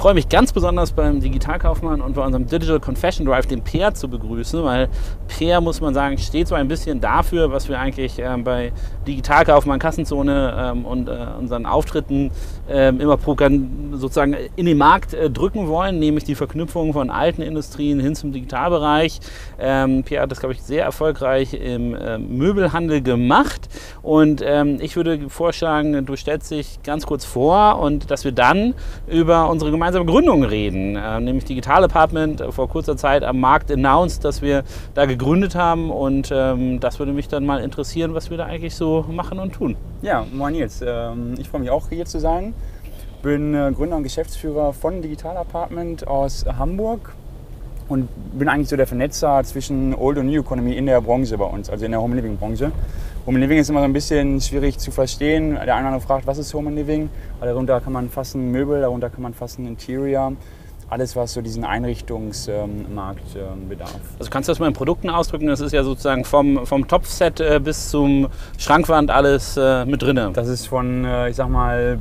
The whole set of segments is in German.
freue mich ganz besonders beim Digitalkaufmann und bei unserem Digital Confession Drive den Peer zu begrüßen, weil Peer, muss man sagen, steht so ein bisschen dafür, was wir eigentlich bei Digitalkaufmann, Kassenzone und unseren Auftritten immer sozusagen in den Markt drücken wollen, nämlich die Verknüpfung von alten Industrien hin zum Digitalbereich. Peer hat das, glaube ich, sehr erfolgreich im Möbelhandel gemacht und ich würde vorschlagen, du stellst dich ganz kurz vor und dass wir dann über unsere gemeinsame Gründung reden, nämlich Digital Apartment, vor kurzer Zeit am Markt announced, dass wir da gegründet haben und das würde mich dann mal interessieren, was wir da eigentlich so machen und tun. Ja, moin Nils, ich freue mich auch hier zu sein. Bin Gründer und Geschäftsführer von Digital Apartment aus Hamburg und bin eigentlich so der Vernetzer zwischen Old und New Economy in der Branche bei uns, also in der Home Living Branche. Home Living ist immer so ein bisschen schwierig zu verstehen. Der eine oder andere fragt, was ist Home Living? Weil darunter kann man fassen Möbel, darunter kann man fassen Interior. Alles, was so diesen Einrichtungsmarkt bedarf. Also kannst du das mal in Produkten ausdrücken? Das ist ja sozusagen vom Topfset bis zum Schrankwand alles mit drin. Das ist von, ich sag mal,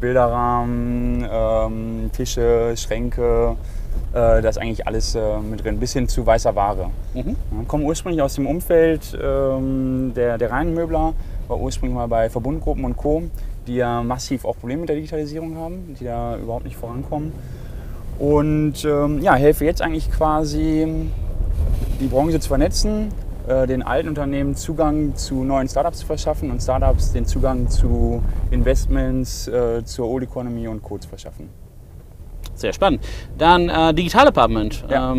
Bilderrahmen, Tische, Schränke, da ist eigentlich alles mit drin, bis hin zu weißer Ware. Wir kommen ursprünglich aus dem Umfeld der reinen Möbler, war ursprünglich mal bei Verbundgruppen und Co., die ja massiv auch Probleme mit der Digitalisierung haben, die da überhaupt nicht vorankommen. Und helfe jetzt eigentlich quasi, die Branche zu vernetzen, den alten Unternehmen Zugang zu neuen Startups zu verschaffen und Startups den Zugang zu Investments, zur Old Economy und Co. zu verschaffen. Sehr spannend. Dann Digital Apartment. Ja.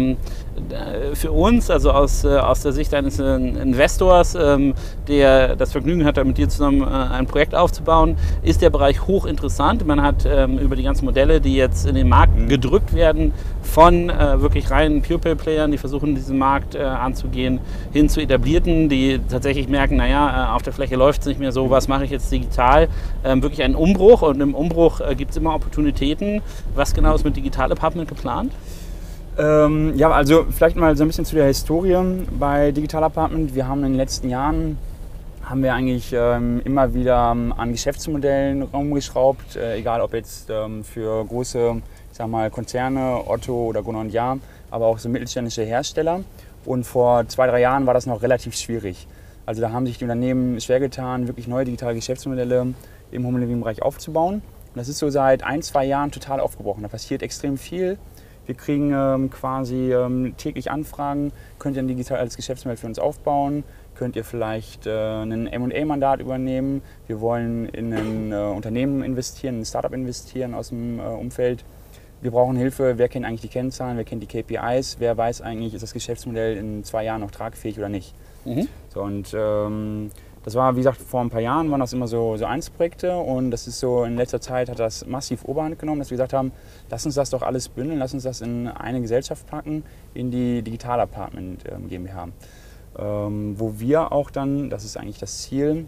Für uns, also aus der Sicht eines Investors, der das Vergnügen hat, mit dir zusammen ein Projekt aufzubauen, ist der Bereich hochinteressant. Man hat über die ganzen Modelle, die jetzt in den Markt gedrückt werden, von wirklich reinen Pure-Play-Playern, die versuchen, diesen Markt anzugehen, hin zu etablierten, die tatsächlich merken, naja, auf der Fläche läuft es nicht mehr so, was mache ich jetzt digital? Wirklich einen Umbruch, und im Umbruch gibt es immer Opportunitäten. Was genau ist mit Digital Apartment geplant? Also vielleicht mal so ein bisschen zu der Historie bei Digital Apartment. Wir haben in den letzten Jahren eigentlich immer wieder an Geschäftsmodellen rumgeschraubt, egal ob jetzt für große, ich sag mal, Konzerne, Otto oder Gunnar & Jahr, aber auch so mittelständische Hersteller. Und vor 2-3 Jahren war das noch relativ schwierig. Also da haben sich die Unternehmen schwer getan, wirklich neue digitale Geschäftsmodelle im Home Living Bereich aufzubauen. Und das ist so seit 1-2 Jahren total aufgebrochen. Da passiert extrem viel. Wir kriegen quasi täglich Anfragen, könnt ihr ein digitales Geschäftsmodell für uns aufbauen, könnt ihr vielleicht ein M&A-Mandat übernehmen, wir wollen in ein Unternehmen investieren, in ein Startup investieren aus dem Umfeld. Wir brauchen Hilfe, wer kennt eigentlich die Kennzahlen, wer kennt die KPIs, wer weiß eigentlich, ist das Geschäftsmodell in 2 Jahren noch tragfähig oder nicht. So, und das war, wie gesagt, vor ein paar Jahren waren das immer so Einzelprojekte, und das ist so, in letzter Zeit hat das massiv Oberhand genommen, dass wir gesagt haben, lass uns das doch alles bündeln, lass uns das in eine Gesellschaft packen, in die Digital Apartment GmbH. Wo wir auch dann, das ist eigentlich das Ziel,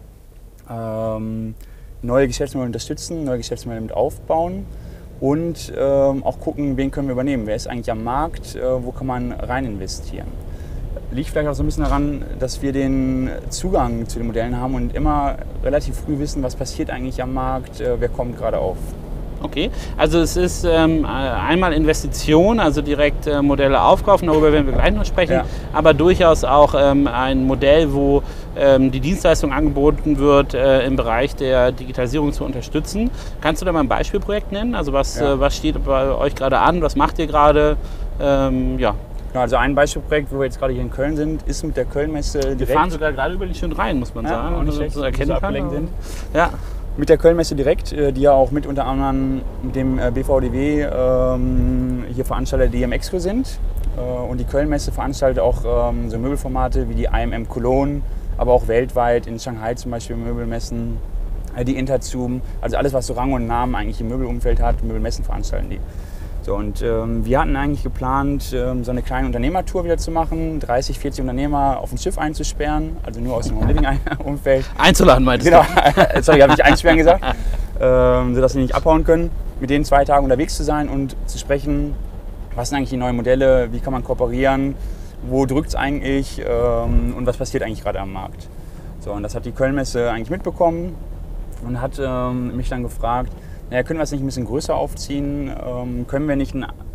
neue Geschäftsmodelle unterstützen, neue Geschäftsmodelle mit aufbauen und auch gucken, wen können wir übernehmen, wer ist eigentlich am Markt, wo kann man rein investieren. Liegt vielleicht auch so ein bisschen daran, dass wir den Zugang zu den Modellen haben und immer relativ früh wissen, was passiert eigentlich am Markt, wer kommt gerade auf. Okay, also es ist einmal Investition, also direkt Modelle aufkaufen, darüber werden wir gleich noch sprechen, ja. Aber durchaus auch ein Modell, wo die Dienstleistung angeboten wird, im Bereich der Digitalisierung zu unterstützen. Kannst du da mal ein Beispielprojekt nennen? Also was steht bei euch gerade an, was macht ihr gerade? Genau, also ein Beispielprojekt, wo wir jetzt gerade hier in Köln sind, ist mit der Kölnmesse direkt. Wir fahren sogar gerade über die schön rein, muss man sagen. Auch nicht schlecht, so erkennen kann. Sind. Ja. Mit der Kölnmesse direkt, die ja auch mit unter anderem mit dem BVDW hier Veranstalter der DMEXCO sind. Und die Kölnmesse veranstaltet auch so Möbelformate wie die IMM Cologne, aber auch weltweit in Shanghai zum Beispiel Möbelmessen, die Interzoom, also alles, was so Rang und Namen eigentlich im Möbelumfeld hat, Möbelmessen veranstalten die. So, und wir hatten eigentlich geplant, so eine kleine Unternehmertour wieder zu machen, 30, 40 Unternehmer auf ein Schiff einzusperren, also nur aus dem Home Living Umfeld. Einzuladen meintest du? Genau, sorry, habe ich einsperren gesagt, sodass sie nicht abhauen können, mit denen 2 Tage unterwegs zu sein und zu sprechen, was sind eigentlich die neuen Modelle, wie kann man kooperieren, wo drückt es eigentlich und was passiert eigentlich gerade am Markt. So, und das hat die Kölnmesse eigentlich mitbekommen und hat mich dann gefragt, naja, können wir es nicht ein bisschen größer aufziehen? Können wir nicht ein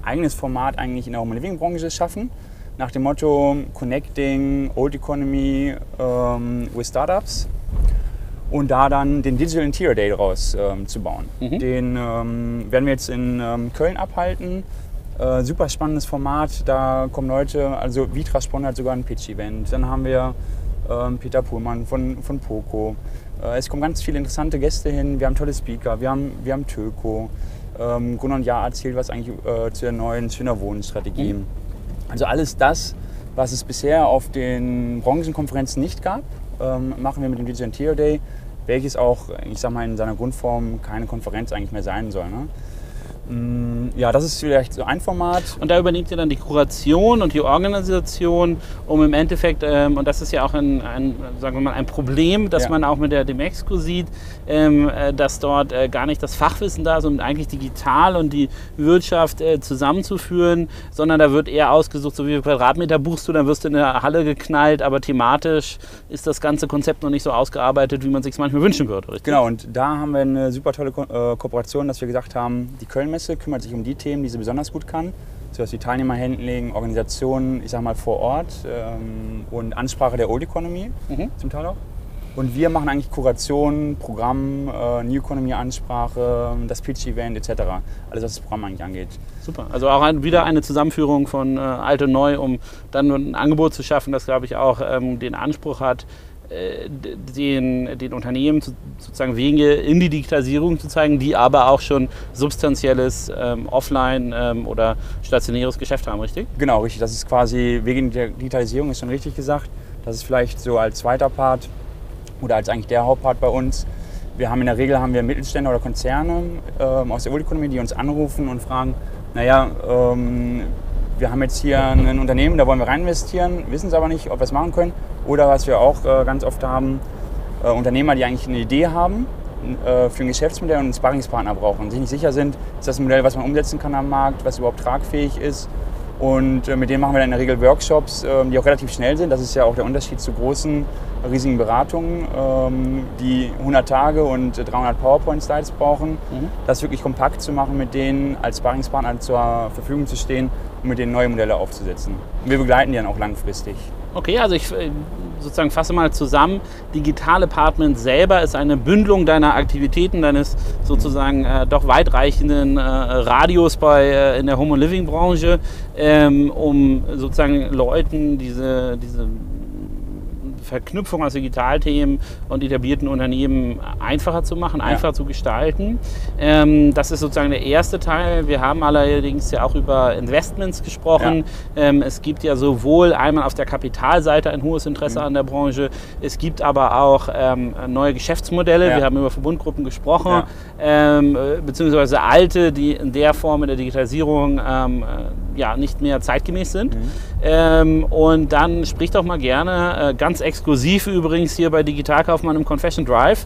eigenes Format eigentlich in der Home Living Branche schaffen, nach dem Motto Connecting Old Economy with Startups und da dann den Digital Interior Day daraus zu bauen. Den werden wir jetzt in Köln abhalten. Super spannendes Format, da kommen Leute, also Vitra sponsert sogar ein Pitch-Event. Dann haben wir Peter Puhlmann von Poco. Es kommen ganz viele interessante Gäste hin, wir haben tolle Speaker, wir haben Töko. Gunnar und Jahr erzählt was eigentlich zu der neuen Schöner Wohnen-Strategie. Also alles das, was es bisher auf den Branchenkonferenzen nicht gab, machen wir mit dem Digital Interior Day, welches auch, ich sag mal, in seiner Grundform keine Konferenz eigentlich mehr sein soll. Ne? Ja, das ist vielleicht so ein Format. Und da übernehmt ihr dann die Kuration und die Organisation, um im Endeffekt, und das ist ja auch sagen wir mal, ein Problem, das man auch mit der Demexco sieht, dass dort gar nicht das Fachwissen da ist, um eigentlich digital und die Wirtschaft zusammenzuführen, sondern da wird eher ausgesucht, so wie viel Quadratmeter buchst du, dann wirst du in der Halle geknallt, aber thematisch ist das ganze Konzept noch nicht so ausgearbeitet, wie man sich es manchmal wünschen würde. Richtig? Genau, und da haben wir eine super tolle Kooperation, dass wir gesagt haben, die Kölnmesse kümmert sich um die Themen, die sie besonders gut kann. Sowas wie Teilnehmerhandling, Organisationen, ich sag mal vor Ort und Ansprache der Old Economy zum Teil auch. Und wir machen eigentlich Kuration, Programm, New Economy Ansprache, das Pitch-Event etc. Alles, was das Programm eigentlich angeht. Super, also auch wieder eine Zusammenführung von alt und neu, um dann ein Angebot zu schaffen, das, glaube ich, auch den Anspruch hat, den Unternehmen sozusagen Wege in die Digitalisierung zu zeigen, die aber auch schon substanzielles Offline- oder stationäres Geschäft haben, richtig? Genau, richtig. Das ist quasi wegen der Digitalisierung, ist schon richtig gesagt. Das ist vielleicht so als zweiter Part oder als eigentlich der Hauptpart bei uns. In der Regel haben wir Mittelständler oder Konzerne aus der Old Economy, die uns anrufen und fragen, naja, wir haben jetzt hier ein Unternehmen, da wollen wir rein investieren, wissen es aber nicht, ob wir es machen können. Oder was wir auch ganz oft haben, Unternehmer, die eigentlich eine Idee haben für ein Geschäftsmodell und einen Sparringspartner brauchen und sich nicht sicher sind, ist das ein Modell, was man umsetzen kann am Markt, was überhaupt tragfähig ist. Und mit denen machen wir dann in der Regel Workshops, die auch relativ schnell sind. Das ist ja auch der Unterschied zu großen, riesigen Beratungen, die 100 Tage und 300 PowerPoint-Slides brauchen. Das wirklich kompakt zu machen, mit denen als Sparringspartner zur Verfügung zu stehen und mit denen neue Modelle aufzusetzen. Und wir begleiten die dann auch langfristig. Okay, also ich sozusagen fasse mal zusammen. Digital Apartment selber ist eine Bündelung deiner Aktivitäten, deines sozusagen doch weitreichenden Radius in der Home- und Living-Branche, um sozusagen Leuten diese Verknüpfung aus Digitalthemen und etablierten Unternehmen einfacher zu machen, einfacher zu gestalten. Das ist sozusagen der erste Teil. Wir haben allerdings ja auch über Investments gesprochen. Es gibt ja sowohl einmal auf der Kapitalseite ein hohes Interesse an der Branche, es gibt aber auch neue Geschäftsmodelle. Wir haben über Verbundgruppen gesprochen, beziehungsweise alte, die in der Form in der Digitalisierung nicht mehr zeitgemäß sind. Und dann sprich doch mal gerne, ganz exklusiv übrigens hier bei Digitalkaufmann im Confession Drive,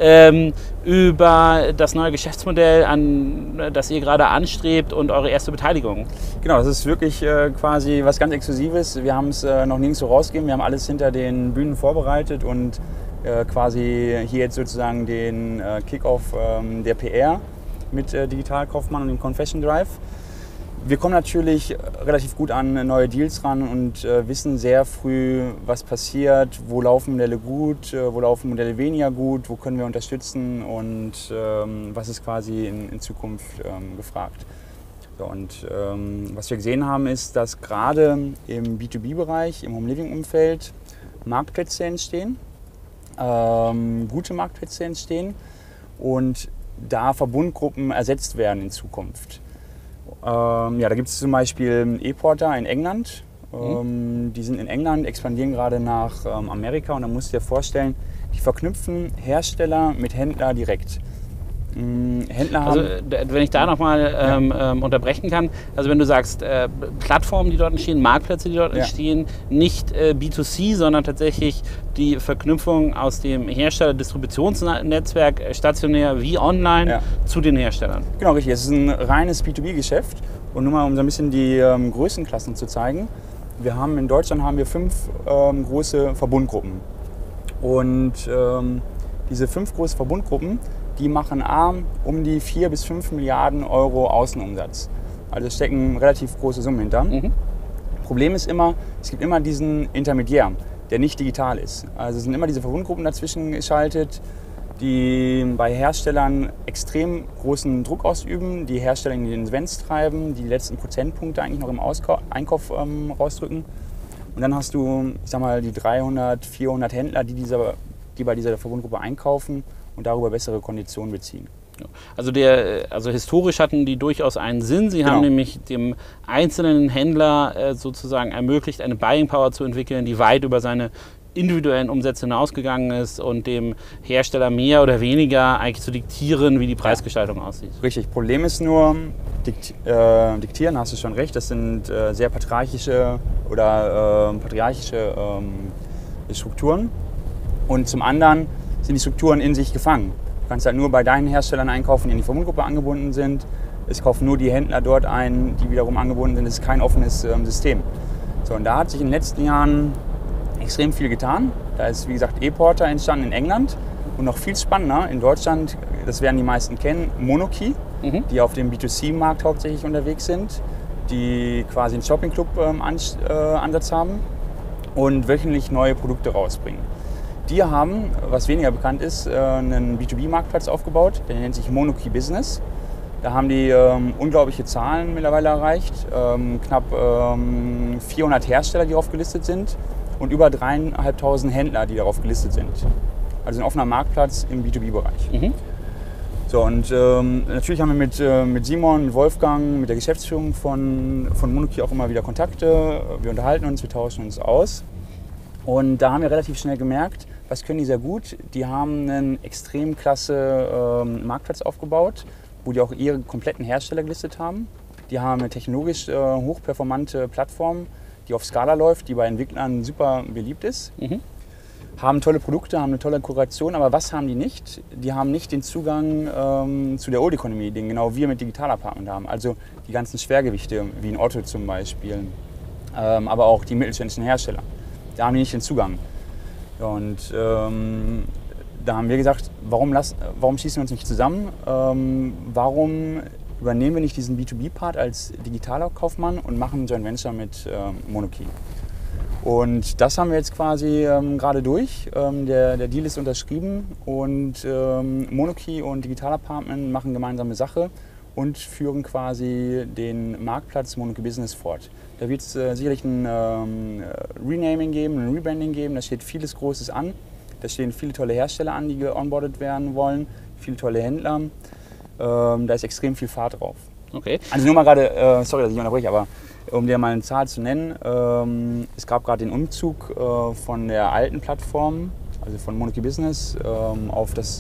über das neue Geschäftsmodell, das ihr gerade anstrebt und eure erste Beteiligung. Genau, das ist wirklich quasi was ganz Exklusives. Wir haben es noch nirgends so rausgegeben. Wir haben alles hinter den Bühnen vorbereitet und quasi hier jetzt sozusagen den Kickoff der PR mit Digitalkaufmann und dem Confession Drive. Wir kommen natürlich relativ gut an neue Deals ran und wissen sehr früh, was passiert, wo laufen Modelle gut, wo laufen Modelle weniger gut, wo können wir unterstützen und was ist quasi in Zukunft gefragt. So, und was wir gesehen haben, ist, dass gerade im B2B-Bereich, im Home-Living-Umfeld Marktplätze entstehen, gute Marktplätze entstehen und da Verbundgruppen ersetzt werden in Zukunft. Da gibt es zum Beispiel E-Porter in England. Die sind in England, expandieren gerade nach Amerika und dann musst du dir vorstellen, die verknüpfen Hersteller mit Händler direkt. Also wenn ich da nochmal unterbrechen kann, also wenn du sagst, Plattformen, die dort entstehen, Marktplätze, die dort entstehen, nicht B2C, sondern tatsächlich die Verknüpfung aus dem Hersteller-Distributionsnetzwerk, stationär wie online, zu den Herstellern. Genau, richtig. Es ist ein reines B2B-Geschäft. Und nur mal, um so ein bisschen die Größenklassen zu zeigen. In Deutschland haben wir 5 große Verbundgruppen. Und diese 5 große Verbundgruppen, die machen um die 4 bis 5 Milliarden Euro Außenumsatz. Also es stecken relativ große Summen hinter. Problem ist immer, es gibt immer diesen Intermediär, der nicht digital ist. Also es sind immer diese Verbundgruppen dazwischen geschaltet, die bei Herstellern extrem großen Druck ausüben, die Hersteller in die Insolvenz treiben, die letzten Prozentpunkte eigentlich noch im Einkauf rausdrücken. Und dann hast du, ich sag mal, die 300, 400 Händler, die bei dieser Verbundgruppe einkaufen und darüber bessere Konditionen beziehen. Also historisch hatten die durchaus einen Sinn. Sie haben nämlich dem einzelnen Händler sozusagen ermöglicht, eine Buying Power zu entwickeln, die weit über seine individuellen Umsätze hinausgegangen ist und dem Hersteller mehr oder weniger eigentlich zu diktieren, wie die Preisgestaltung aussieht. Richtig. Problem ist nur, diktieren, hast du schon recht, das sind sehr patriarchische Strukturen. Und zum anderen sind die Strukturen in sich gefangen. Du kannst halt nur bei deinen Herstellern einkaufen, die in die Verbundgruppe angebunden sind. Es kaufen nur die Händler dort ein, die wiederum angebunden sind. Es ist kein offenes System. So, und da hat sich in den letzten Jahren extrem viel getan. Da ist, wie gesagt, ePorter entstanden in England und noch viel spannender in Deutschland, das werden die meisten kennen, Monokey, die auf dem B2C-Markt hauptsächlich unterwegs sind, die quasi einen Shopping-Club-Ansatz haben und wöchentlich neue Produkte rausbringen. Die haben, was weniger bekannt ist, einen B2B-Marktplatz aufgebaut, der nennt sich Monokey Business. Da haben die unglaubliche Zahlen mittlerweile erreicht, knapp 400 Hersteller, die darauf gelistet sind und über 3.500 Händler, die darauf gelistet sind. Also ein offener Marktplatz im B2B-Bereich. So, und natürlich haben wir mit Simon, mit Wolfgang, mit der Geschäftsführung von Monokey auch immer wieder Kontakte. Wir unterhalten uns, wir tauschen uns aus. Und da haben wir relativ schnell gemerkt, was können die sehr gut. Die haben einen extrem klasse Marktplatz aufgebaut, wo die auch ihre kompletten Hersteller gelistet haben. Die haben eine technologisch hochperformante Plattform, die auf Scala läuft, die bei Entwicklern super beliebt ist. Haben tolle Produkte, haben eine tolle Kuration, aber was haben die nicht? Die haben nicht den Zugang zu der Old Economy, den genau wir mit Digital Apartment haben. Also die ganzen Schwergewichte, wie ein Otto zum Beispiel, aber auch die mittelständischen Hersteller. Da haben die nicht den Zugang. Und da haben wir gesagt, warum schießen wir uns nicht zusammen? Warum übernehmen wir nicht diesen B2B-Part als digitaler Kaufmann und machen ein Joint Venture mit Monokey? Und das haben wir jetzt quasi gerade durch. Der Deal ist unterschrieben und Monokey und Digital Apartment machen gemeinsame Sache und führen quasi den Marktplatz Monokey Business fort. Da wird es sicherlich ein Renaming geben, ein Rebranding geben, da steht vieles Großes an. Da stehen viele tolle Hersteller an, die geonboardet werden wollen, viele tolle Händler. Da ist extrem viel Fahrt drauf. Okay. Also nur mal gerade, sorry, dass ich unterbreche, aber um dir mal eine Zahl zu nennen, es gab gerade den Umzug von der alten Plattform, also von Monokey Business, auf das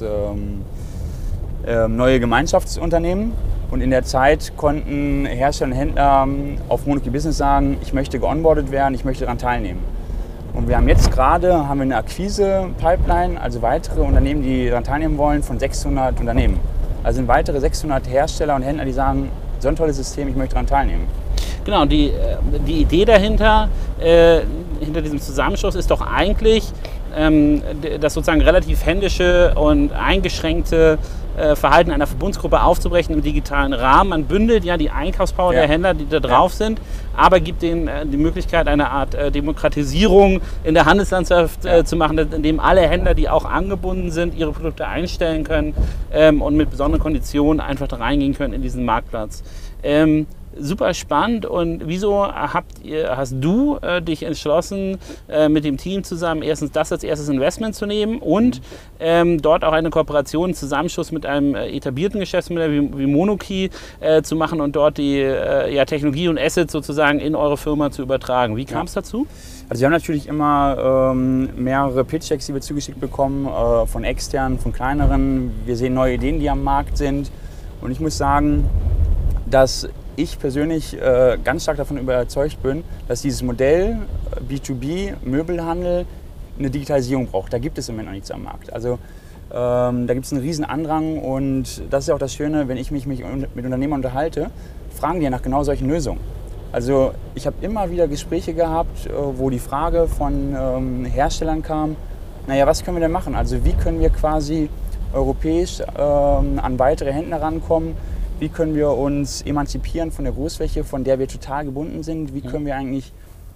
neue Gemeinschaftsunternehmen. Und in der Zeit konnten Hersteller und Händler auf Monokey Business sagen, ich möchte geonboardet werden, ich möchte daran teilnehmen. Und wir haben jetzt gerade eine Akquise-Pipeline, also weitere Unternehmen, die daran teilnehmen wollen, von 600 Unternehmen. Also sind weitere 600 Hersteller und Händler, die sagen, so ein tolles System, ich möchte daran teilnehmen. Genau, die Idee dahinter, hinter diesem Zusammenschluss ist doch eigentlich, das sozusagen relativ händische und eingeschränkte Verhalten einer Verbundsgruppe aufzubrechen im digitalen Rahmen. Man bündelt ja die Einkaufspower der Händler, die da drauf sind, aber gibt denen die Möglichkeit, eine Art Demokratisierung in der Handelslandschaft zu machen, indem alle Händler, die auch angebunden sind, ihre Produkte einstellen können und mit besonderen Konditionen einfach da reingehen können in diesen Marktplatz. Super spannend. Und wieso hast du dich entschlossen, mit dem Team zusammen erstens das als erstes Investment zu nehmen und dort auch eine Kooperation, einen Zusammenschluss mit einem etablierten Geschäftsmodell wie Monokey zu machen und dort die Technologie und Assets sozusagen in eure Firma zu übertragen? Wie kam es dazu? Also wir haben natürlich immer mehrere Pitch-Decks, die wir zugeschickt bekommen, von externen, von kleineren. Wir sehen neue Ideen, die am Markt sind. Und ich muss sagen, dass ich persönlich ganz stark davon überzeugt bin, dass dieses Modell B2B, Möbelhandel, eine Digitalisierung braucht. Da gibt es im Moment noch nichts am Markt. Also da gibt es einen riesen Andrang und das ist ja auch das Schöne, wenn ich mich mit Unternehmern unterhalte, fragen die ja nach genau solchen Lösungen. Also ich habe immer wieder Gespräche gehabt, wo die Frage von Herstellern kam, naja, was können wir denn machen? Also wie können wir quasi europäisch an weitere Händler rankommen, wie können wir uns emanzipieren von der Großfläche, von der wir total gebunden sind, wie können wir eigentlich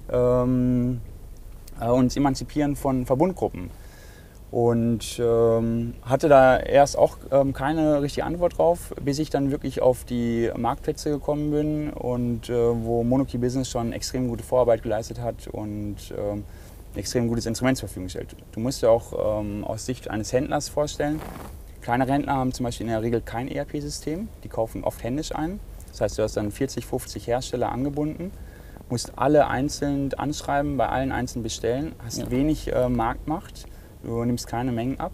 uns emanzipieren von Verbundgruppen. Und hatte da erst auch keine richtige Antwort drauf, bis ich dann wirklich auf die Marktplätze gekommen bin und wo Monokey Business schon extrem gute Vorarbeit geleistet hat und ein extrem gutes Instrument zur Verfügung stellt. Du musst dir auch aus Sicht eines Händlers vorstellen, kleinere Händler haben zum Beispiel in der Regel kein ERP-System, die kaufen oft händisch ein. Das heißt, du hast dann 40, 50 Hersteller angebunden, musst alle einzeln anschreiben, bei allen einzeln bestellen, hast wenig Marktmacht. Du nimmst keine Mengen ab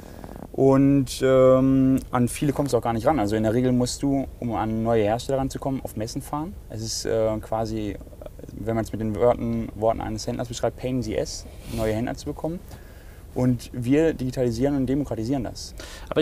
und an viele kommst du auch gar nicht ran. Also in der Regel musst du, um an neue Hersteller ranzukommen, auf Messen fahren. Es ist quasi, wenn man es mit den Worten eines Händlers beschreibt, Pain in the Ass, neue Händler zu bekommen. Und wir digitalisieren und demokratisieren das. Aber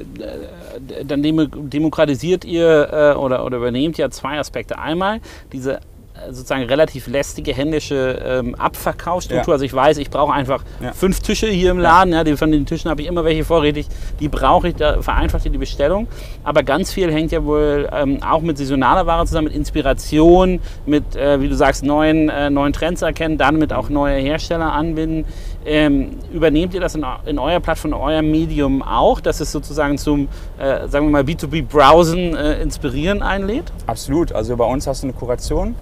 dann demokratisiert ihr oder übernehmt ja zwei Aspekte. Einmal diese sozusagen relativ lästige händische Abverkaufsstruktur. Also ich weiß, ich brauche einfach 5 Tische hier im Laden. Von den Tischen habe ich immer welche vorrätig. Die brauche ich, da vereinfacht ihr die Bestellung. Aber ganz viel hängt ja wohl auch mit saisonaler Ware zusammen, mit Inspiration, mit, wie du sagst, neuen Trends erkennen, dann mit auch neue Hersteller anbinden. Übernehmt ihr das in eurer Plattform, in eurem Medium auch, dass es sozusagen zum, sagen wir mal, B2B-Browsen inspirieren einlädt? Absolut. Also bei uns hast du eine Kuration.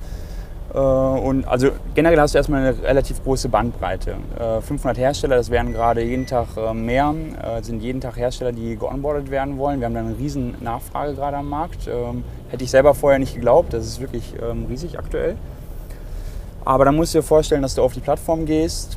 Und also generell hast du erstmal eine relativ große Bandbreite. 500 Hersteller, das werden gerade jeden Tag mehr, sind jeden Tag Hersteller, die geonboardet werden wollen. Wir haben da eine riesen Nachfrage gerade am Markt. Hätte ich selber vorher nicht geglaubt, das ist wirklich riesig aktuell. Aber dann musst du dir vorstellen, dass du auf die Plattform gehst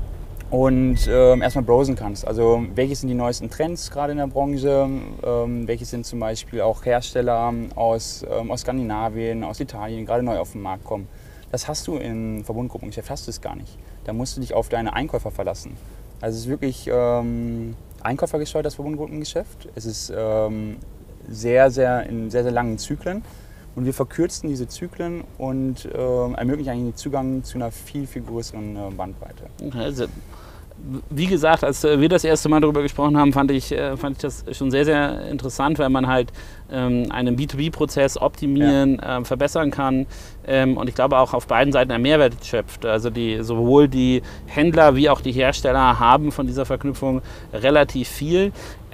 und erstmal browsen kannst. Also welche sind die neuesten Trends gerade in der Branche, welche sind zum Beispiel auch Hersteller aus Skandinavien, aus Italien, die gerade neu auf den Markt kommen. Das hast du im Verbundgruppengeschäft, hast du es gar nicht. Da musst du dich auf deine Einkäufer verlassen. Also es ist wirklich einkäufergesteuert, das Verbundgruppengeschäft. Es ist in sehr, sehr langen Zyklen. Und wir verkürzen diese Zyklen und ermöglichen eigentlich den Zugang zu einer viel, viel größeren Bandbreite. Also, wie gesagt, als wir das erste Mal darüber gesprochen haben, fand ich das schon sehr, sehr interessant, weil man halt einen B2B-Prozess optimieren, verbessern kann und ich glaube auch auf beiden Seiten einen Mehrwert schöpft. Also sowohl die Händler wie auch die Hersteller haben von dieser Verknüpfung relativ viel.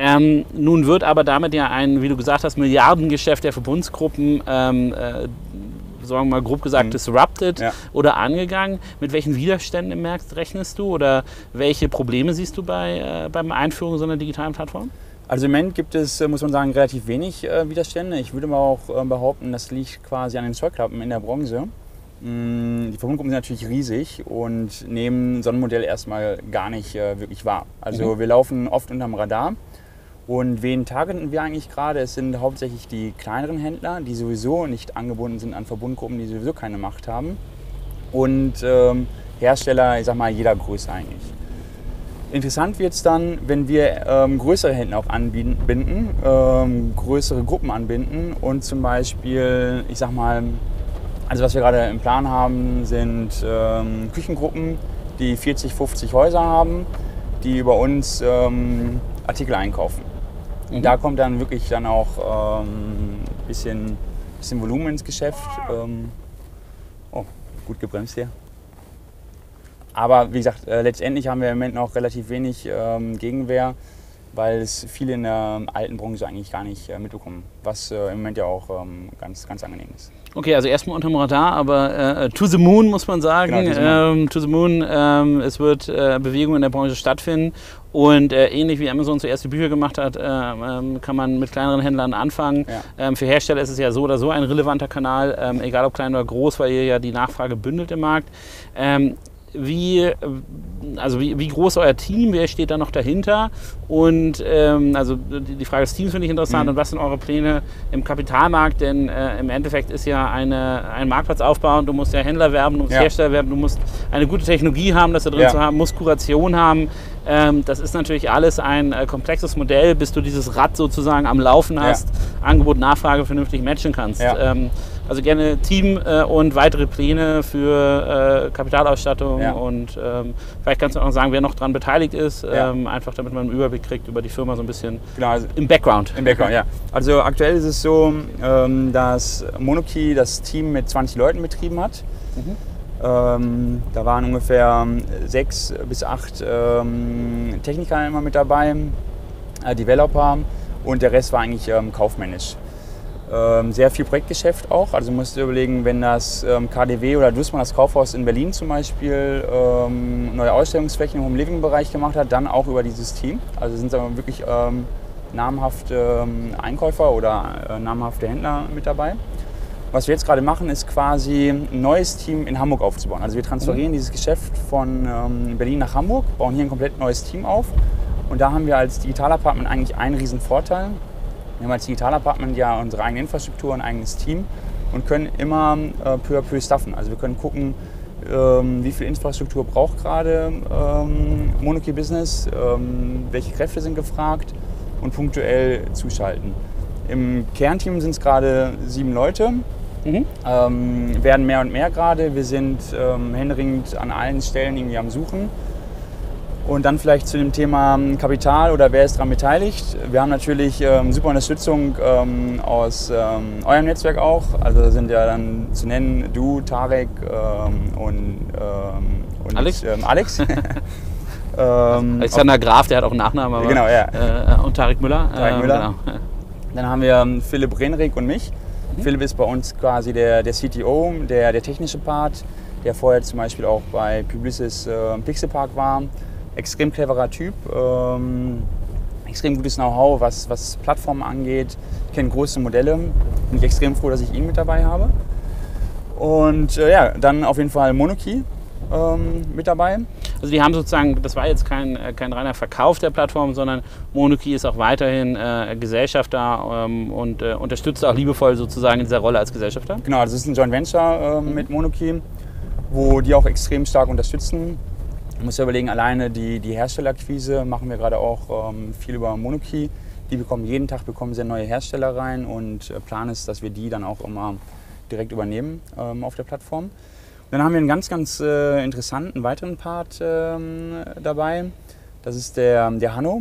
Nun wird aber damit ja ein, wie du gesagt hast, Milliardengeschäft der Verbundsgruppen sagen wir mal grob gesagt, disrupted oder angegangen. Mit welchen Widerständen im Markt rechnest du oder welche Probleme siehst du beim Einführung so einer digitalen Plattform? Also im Moment gibt es, muss man sagen, relativ wenig Widerstände. Ich würde mal auch behaupten, das liegt quasi an den Zollklappen in der Branche. Die Verbundgruppen sind natürlich riesig und nehmen so ein Modell erstmal gar nicht wirklich wahr. Also wir laufen oft unterm Radar. Und wen targeten wir eigentlich gerade? Es sind hauptsächlich die kleineren Händler, die sowieso nicht angebunden sind an Verbundgruppen, die sowieso keine Macht haben. Und Hersteller, ich sag mal, jeder Größe eigentlich. Interessant wird es dann, wenn wir größere Händler auch anbinden, größere Gruppen anbinden und zum Beispiel, ich sag mal, also was wir gerade im Plan haben, sind Küchengruppen, die 40, 50 Häuser haben, die über uns Artikel einkaufen. Und da kommt dann wirklich dann auch ein bisschen Volumen ins Geschäft. Oh, gut gebremst hier. Aber wie gesagt, letztendlich haben wir im Moment noch relativ wenig Gegenwehr, weil es viele in der alten Branche eigentlich gar nicht mitbekommen, was im Moment ja auch ganz, ganz angenehm ist. Okay, also erstmal unterm Radar, aber to the moon muss man sagen. Genau, to the moon, es wird Bewegung in der Branche stattfinden und ähnlich wie Amazon zuerst die Bücher gemacht hat, kann man mit kleineren Händlern anfangen. Ja. Für Hersteller ist es ja so oder so ein relevanter Kanal, egal ob klein oder groß, weil ihr ja die Nachfrage bündelt im Markt. Wie groß ist euer Team? Wer steht da noch dahinter? Und also die Frage des Teams finde ich interessant. Und was sind eure Pläne im Kapitalmarkt? Denn im Endeffekt ist ja ein Marktplatz aufbauen. Du musst ja Händler werben, du musst Hersteller werben, du musst eine gute Technologie haben, das da drin zu haben, musst Kuration haben. Das ist natürlich alles ein komplexes Modell, bis du dieses Rad sozusagen am Laufen hast, Angebot, Nachfrage vernünftig matchen kannst. Also gerne Team und weitere Pläne für Kapitalausstattung Ja. und vielleicht kannst du auch noch sagen, wer noch daran beteiligt ist, Ja. einfach damit man einen Überblick kriegt über die Firma so ein bisschen Genau, also im Background. im Background, ja. Also aktuell ist es so, dass Monokey das Team mit 20 Leuten betrieben hat. Da waren ungefähr 6 bis 8 Techniker immer mit dabei, Developer, und der Rest war eigentlich kaufmännisch. Sehr viel Projektgeschäft auch, also musst du überlegen, wenn das KaDeWe oder Dussmann, das Kaufhaus in Berlin zum Beispiel, neue Ausstellungsflächen im Home-Living-Bereich gemacht hat, dann auch über dieses Team. Also sind da wirklich namhafte Einkäufer oder namhafte Händler mit dabei. Was wir jetzt gerade machen, ist quasi ein neues Team in Hamburg aufzubauen. Also wir transferieren dieses Geschäft von Berlin nach Hamburg, bauen hier ein komplett neues Team auf. Und da haben wir als Digitalapartment eigentlich einen riesen Vorteil. Wir haben als Digitalapartment ja unsere eigene Infrastruktur, ein eigenes Team und können immer peu à peu staffen. Also wir können gucken, wie viel Infrastruktur braucht gerade Monokey Business, welche Kräfte sind gefragt und punktuell zuschalten. Im Kernteam sind es gerade 7 Leute, werden mehr und mehr gerade. Wir sind händeringend an allen Stellen irgendwie am Suchen. Und dann vielleicht zu dem Thema Kapital oder wer ist daran beteiligt. Wir haben natürlich super Unterstützung aus eurem Netzwerk auch. Also da sind ja dann zu nennen du, Tarek und Alex. Alex. Alexander Graf, der hat auch einen Nachnamen, aber, Genau, ja. und Tarek Müller. Müller. Genau. Dann haben wir Philipp Renrik und mich. Philipp ist bei uns quasi der CTO, der technische Part, der vorher zum Beispiel auch bei Publicis Pixelpark war. Extrem cleverer Typ, extrem gutes Know-how, was Plattformen angeht, kennt große Modelle. Bin ich extrem froh, dass ich ihn mit dabei habe. Und ja, dann auf jeden Fall Monokey mit dabei. Also die haben sozusagen, das war jetzt kein reiner Verkauf der Plattform, sondern Monokey ist auch weiterhin Gesellschafter und unterstützt auch liebevoll sozusagen in dieser Rolle als Gesellschafter. Genau, das ist ein Joint Venture mit Monokey, wo die auch extrem stark unterstützen. Ich muss ja überlegen, alleine die Herstellerakquise machen wir gerade auch viel über Monokey. Die bekommen jeden Tag sehr neue Hersteller rein und Plan ist, dass wir die dann auch immer direkt übernehmen auf der Plattform. Und dann haben wir einen ganz interessanten weiteren Part dabei. Das ist der Hanno.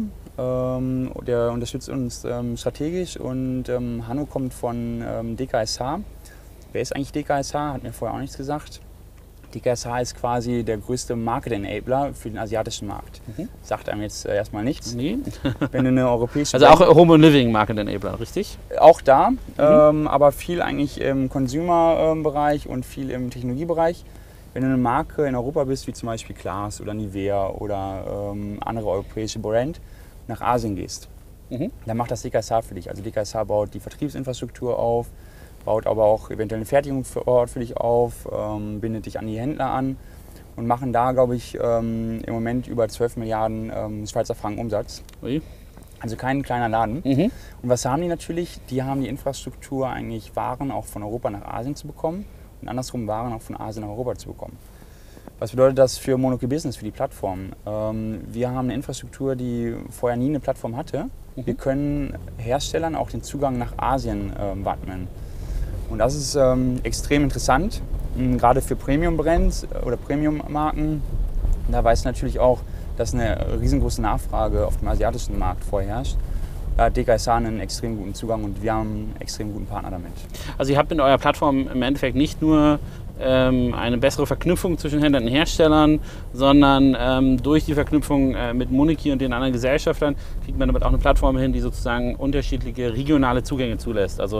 Der unterstützt uns strategisch und Hanno kommt von DKSH. Wer ist eigentlich DKSH? Hat mir vorher auch nichts gesagt. DKSH ist quasi der größte Market-Enabler für den asiatischen Markt. Sagt einem jetzt erstmal nichts. Nee. Wenn du eine europäische Also auch Home and Living Market Enabler, richtig? Auch da, aber viel eigentlich im Consumer-Bereich und viel im Technologiebereich. Wenn du eine Marke in Europa bist, wie zum Beispiel Klaas oder Nivea oder andere europäische Brand, nach Asien gehst, dann macht das DKSH für dich. Also DKSH baut die Vertriebsinfrastruktur auf, baut aber auch eventuell eine Fertigung vor Ort für dich auf, bindet dich an die Händler an und machen da, glaube ich, im Moment über 12 Milliarden Schweizer Franken Umsatz. Ui. Also kein kleiner Laden. Und was haben die natürlich? Die haben die Infrastruktur, eigentlich Waren auch von Europa nach Asien zu bekommen und andersrum Waren auch von Asien nach Europa zu bekommen. Was bedeutet das für Monokey Business, für die Plattform? Wir haben eine Infrastruktur, die vorher nie eine Plattform hatte. Wir können Herstellern auch den Zugang nach Asien wappnen. Und das ist extrem interessant, gerade für Premium-Brands oder Premium-Marken. Da weiß natürlich auch, dass eine riesengroße Nachfrage auf dem asiatischen Markt vorherrscht. Da hat DKSH einen extrem guten Zugang und wir haben einen extrem guten Partner damit. Also ihr habt in eurer Plattform im Endeffekt nicht nur eine bessere Verknüpfung zwischen Händlern und Herstellern, sondern durch die Verknüpfung mit Monokey und den anderen Gesellschaftern kriegt man damit auch eine Plattform hin, die sozusagen unterschiedliche regionale Zugänge zulässt. Also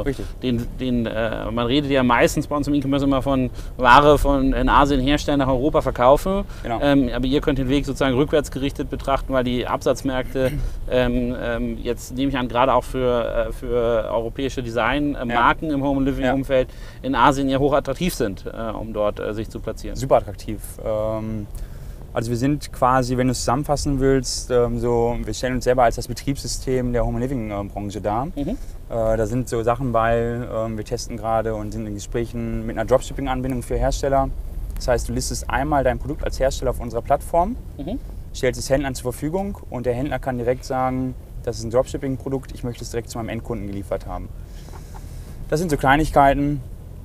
man redet ja meistens bei uns im E-Commerce immer von Ware von in Asien herstellen nach Europa verkaufen, Genau. Aber ihr könnt den Weg sozusagen rückwärts gerichtet betrachten, weil die Absatzmärkte jetzt nehme ich an, gerade auch für europäische Designmarken im Home- und Living-Umfeld in Asien ja hochattraktiv sind, um dort sich zu platzieren. Super attraktiv. Also wir sind quasi, wenn du es zusammenfassen willst, wir stellen uns selber als das Betriebssystem der Home-and-Living-Branche dar. Da sind so Sachen bei, wir testen gerade und sind in Gesprächen mit einer Dropshipping-Anbindung für Hersteller. Das heißt, du listest einmal dein Produkt als Hersteller auf unserer Plattform, stellst es Händlern zur Verfügung und der Händler kann direkt sagen, das ist ein Dropshipping-Produkt, ich möchte es direkt zu meinem Endkunden geliefert haben. Das sind so Kleinigkeiten.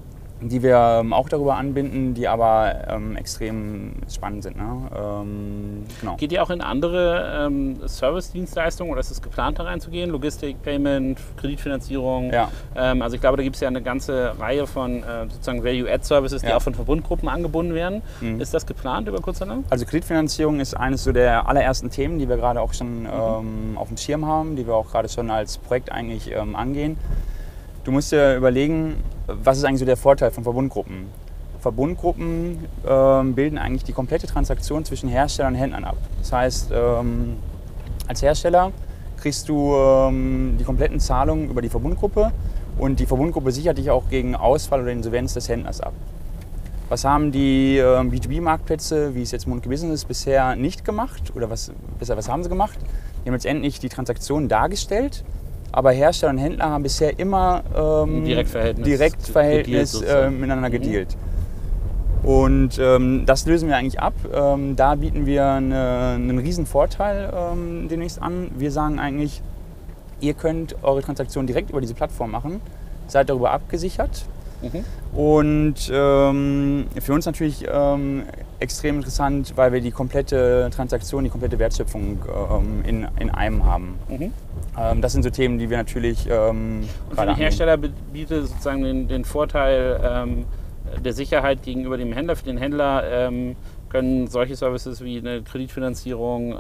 die wir auch darüber anbinden, die aber extrem spannend sind. Ne? Genau. Geht ihr auch in andere Service-Dienstleistungen oder ist es geplant, da reinzugehen? Logistik, Payment, Kreditfinanzierung? Ja. Also ich glaube, da gibt es ja eine ganze Reihe von sozusagen Value-Add-Services, die auch von Verbundgruppen angebunden werden. Ist das geplant über kurz oder lang? Also Kreditfinanzierung ist eines so der allerersten Themen, die wir gerade auch schon auf dem Schirm haben, die wir auch gerade schon als Projekt eigentlich angehen. Du musst dir überlegen, was ist eigentlich so der Vorteil von Verbundgruppen? Verbundgruppen bilden eigentlich die komplette Transaktion zwischen Herstellern und Händlern ab. Das heißt, als Hersteller kriegst du die kompletten Zahlungen über die Verbundgruppe und die Verbundgruppe sichert dich auch gegen Ausfall oder Insolvenz des Händlers ab. Was haben die B2B-Marktplätze, wie es jetzt Mundke Business, bisher nicht gemacht? Oder was haben sie gemacht? Die haben letztendlich die Transaktion dargestellt. Aber Hersteller und Händler haben bisher immer Direktverhältnis miteinander gedealt. Und das lösen wir eigentlich ab. Da bieten wir einen riesen Vorteil demnächst an. Wir sagen eigentlich, ihr könnt eure Transaktion direkt über diese Plattform machen, seid darüber abgesichert. Und für uns natürlich extrem interessant, weil wir die komplette Transaktion, die komplette Wertschöpfung in einem haben. Das sind so Themen, die wir natürlich und für den Hersteller bietet sozusagen den Vorteil der Sicherheit gegenüber dem Händler. Für den Händler können solche Services wie eine Kreditfinanzierung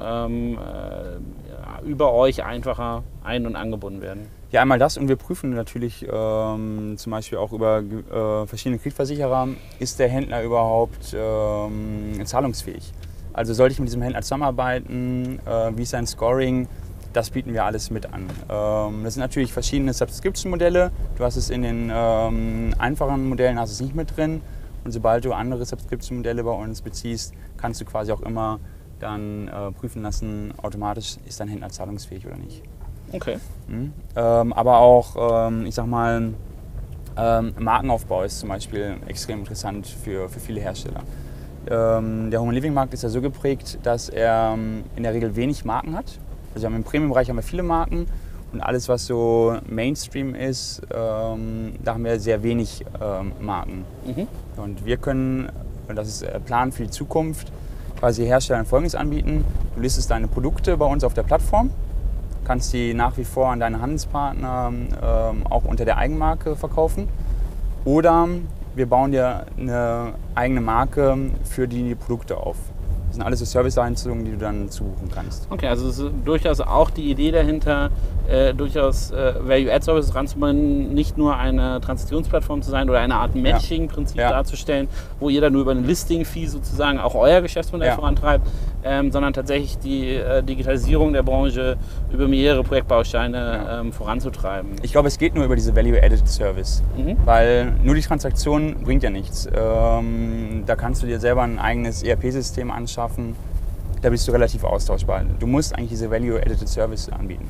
über euch einfacher ein- und angebunden werden. Ja, einmal das und wir prüfen natürlich zum Beispiel auch über verschiedene Kreditversicherer, ist der Händler überhaupt zahlungsfähig? Also sollte ich mit diesem Händler zusammenarbeiten, wie ist sein Scoring? Das bieten wir alles mit an. Das sind natürlich verschiedene Subscription-Modelle. Du hast es in den einfachen Modellen hast es nicht mit drin. Und sobald du andere Subscription-Modelle bei uns beziehst, kannst du quasi auch immer dann prüfen lassen, automatisch ist dein Händler zahlungsfähig oder nicht. Okay. Aber auch, ich sag mal, Markenaufbau ist zum Beispiel extrem interessant für viele Hersteller. Der Home Living Markt ist ja so geprägt, dass er in der Regel wenig Marken hat. Also im Premium-Bereich haben wir viele Marken und alles, was so Mainstream ist, da haben wir sehr wenig Marken. Und wir können, und das ist der Plan für die Zukunft, quasi Herstellern Folgendes anbieten. Du listest deine Produkte bei uns auf der Plattform, kannst die nach wie vor an deine Handelspartner auch unter der Eigenmarke verkaufen. Oder wir bauen dir eine eigene Marke für die Produkte auf. Das sind alles so Service-Leistungen, die du dann zubuchen kannst. Okay, also es ist durchaus auch die Idee dahinter, durchaus Value-Add-Services ranzumachen, nicht nur eine Transaktionsplattform zu sein oder eine Art Matching-Prinzip darzustellen, wo ihr dann nur über ein Listing-Fee sozusagen auch euer Geschäftsmodell vorantreibt, sondern tatsächlich die Digitalisierung der Branche über mehrere Projektbausteine voranzutreiben. Ich glaube, es geht nur über diese Value-Added-Service, weil nur die Transaktion bringt ja nichts. Da kannst du dir selber ein eigenes ERP-System anschaffen, da bist du relativ austauschbar. Du musst eigentlich diese Value-Added Service anbieten.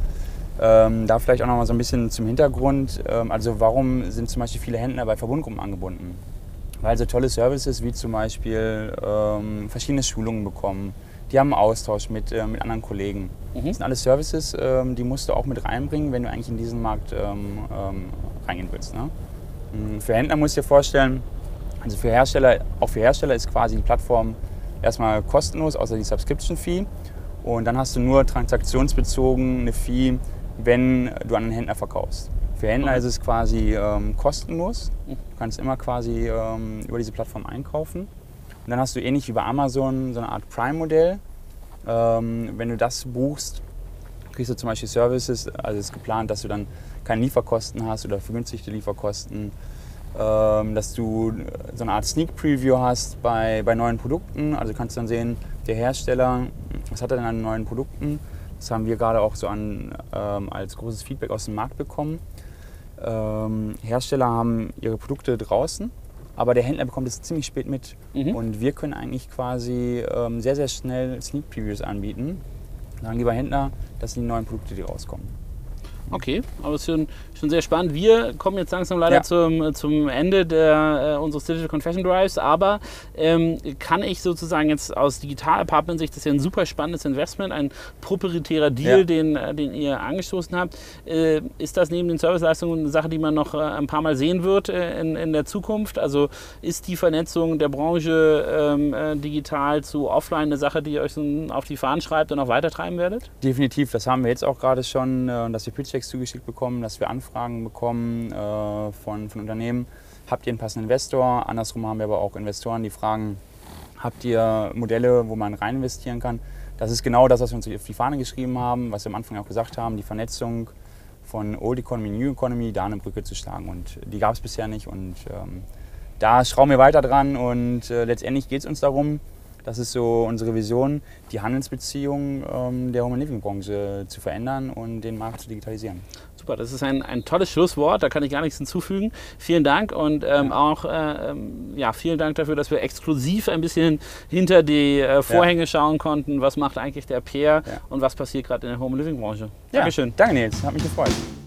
Da vielleicht auch noch mal so ein bisschen zum Hintergrund. Also warum sind zum Beispiel viele Händler bei Verbundgruppen angebunden? Weil so tolle Services wie zum Beispiel verschiedene Schulungen bekommen. Die haben einen Austausch mit anderen Kollegen. Das sind alles Services, die musst du auch mit reinbringen, wenn du eigentlich in diesen Markt reingehen willst. Ne? Für Händler musst du dir vorstellen, also auch für Hersteller ist quasi die Plattform erstmal kostenlos, außer die Subscription-Fee. Und dann hast du nur transaktionsbezogen eine Fee, wenn du an einen Händler verkaufst. Für Händler ist es quasi kostenlos. Du kannst immer quasi über diese Plattform einkaufen. Und dann hast du ähnlich wie bei Amazon so eine Art Prime-Modell. Wenn du das buchst, kriegst du zum Beispiel Services. Also es ist geplant, dass du dann keine Lieferkosten hast oder vergünstigte Lieferkosten. Dass du so eine Art Sneak Preview hast bei neuen Produkten. Also kannst du dann sehen, der Hersteller, was hat er denn an neuen Produkten? Das haben wir gerade auch so als großes Feedback aus dem Markt bekommen. Hersteller haben ihre Produkte draußen, aber der Händler bekommt es ziemlich spät mit. Und wir können eigentlich quasi sehr, sehr schnell Sneak Previews anbieten. Sagen lieber Händler, das sind die neuen Produkte, die rauskommen. Okay, aber es ist schon sehr spannend. Wir kommen jetzt langsam leider zum Ende unseres Digital Confession Drives, aber kann ich sozusagen jetzt aus Digital Apartment Sicht, das ist ja ein super spannendes Investment, ein proprietärer Deal, den ihr angestoßen habt. Ist das neben den Serviceleistungen eine Sache, die man noch ein paar Mal sehen wird in der Zukunft? Also ist die Vernetzung der Branche digital zu offline eine Sache, die ihr euch so auf die Fahnen schreibt und auch weitertreiben werdet? Definitiv, das haben wir jetzt auch gerade schon, dass wir Pitch-Decks zugeschickt bekommen, dass wir Anfragen bekommen von Unternehmen. Habt ihr einen passenden Investor? Andersrum haben wir aber auch Investoren, die fragen, habt ihr Modelle, wo man rein investieren kann? Das ist genau das, was wir uns auf die Fahne geschrieben haben, was wir am Anfang auch gesagt haben, die Vernetzung von Old Economy, New Economy, da eine Brücke zu schlagen. Und die gab es bisher nicht und da schrauben wir weiter dran und letztendlich geht es uns darum, das ist so unsere Vision, die Handelsbeziehungen der Home- and Living-Branche zu verändern und den Markt zu digitalisieren. Super, das ist ein tolles Schlusswort, da kann ich gar nichts hinzufügen. Vielen Dank und auch vielen Dank dafür, dass wir exklusiv ein bisschen hinter die Vorhänge schauen konnten. Was macht eigentlich der Peer und was passiert gerade in der Home- and Living-Branche? Dankeschön. Danke Nils, hat mich gefreut.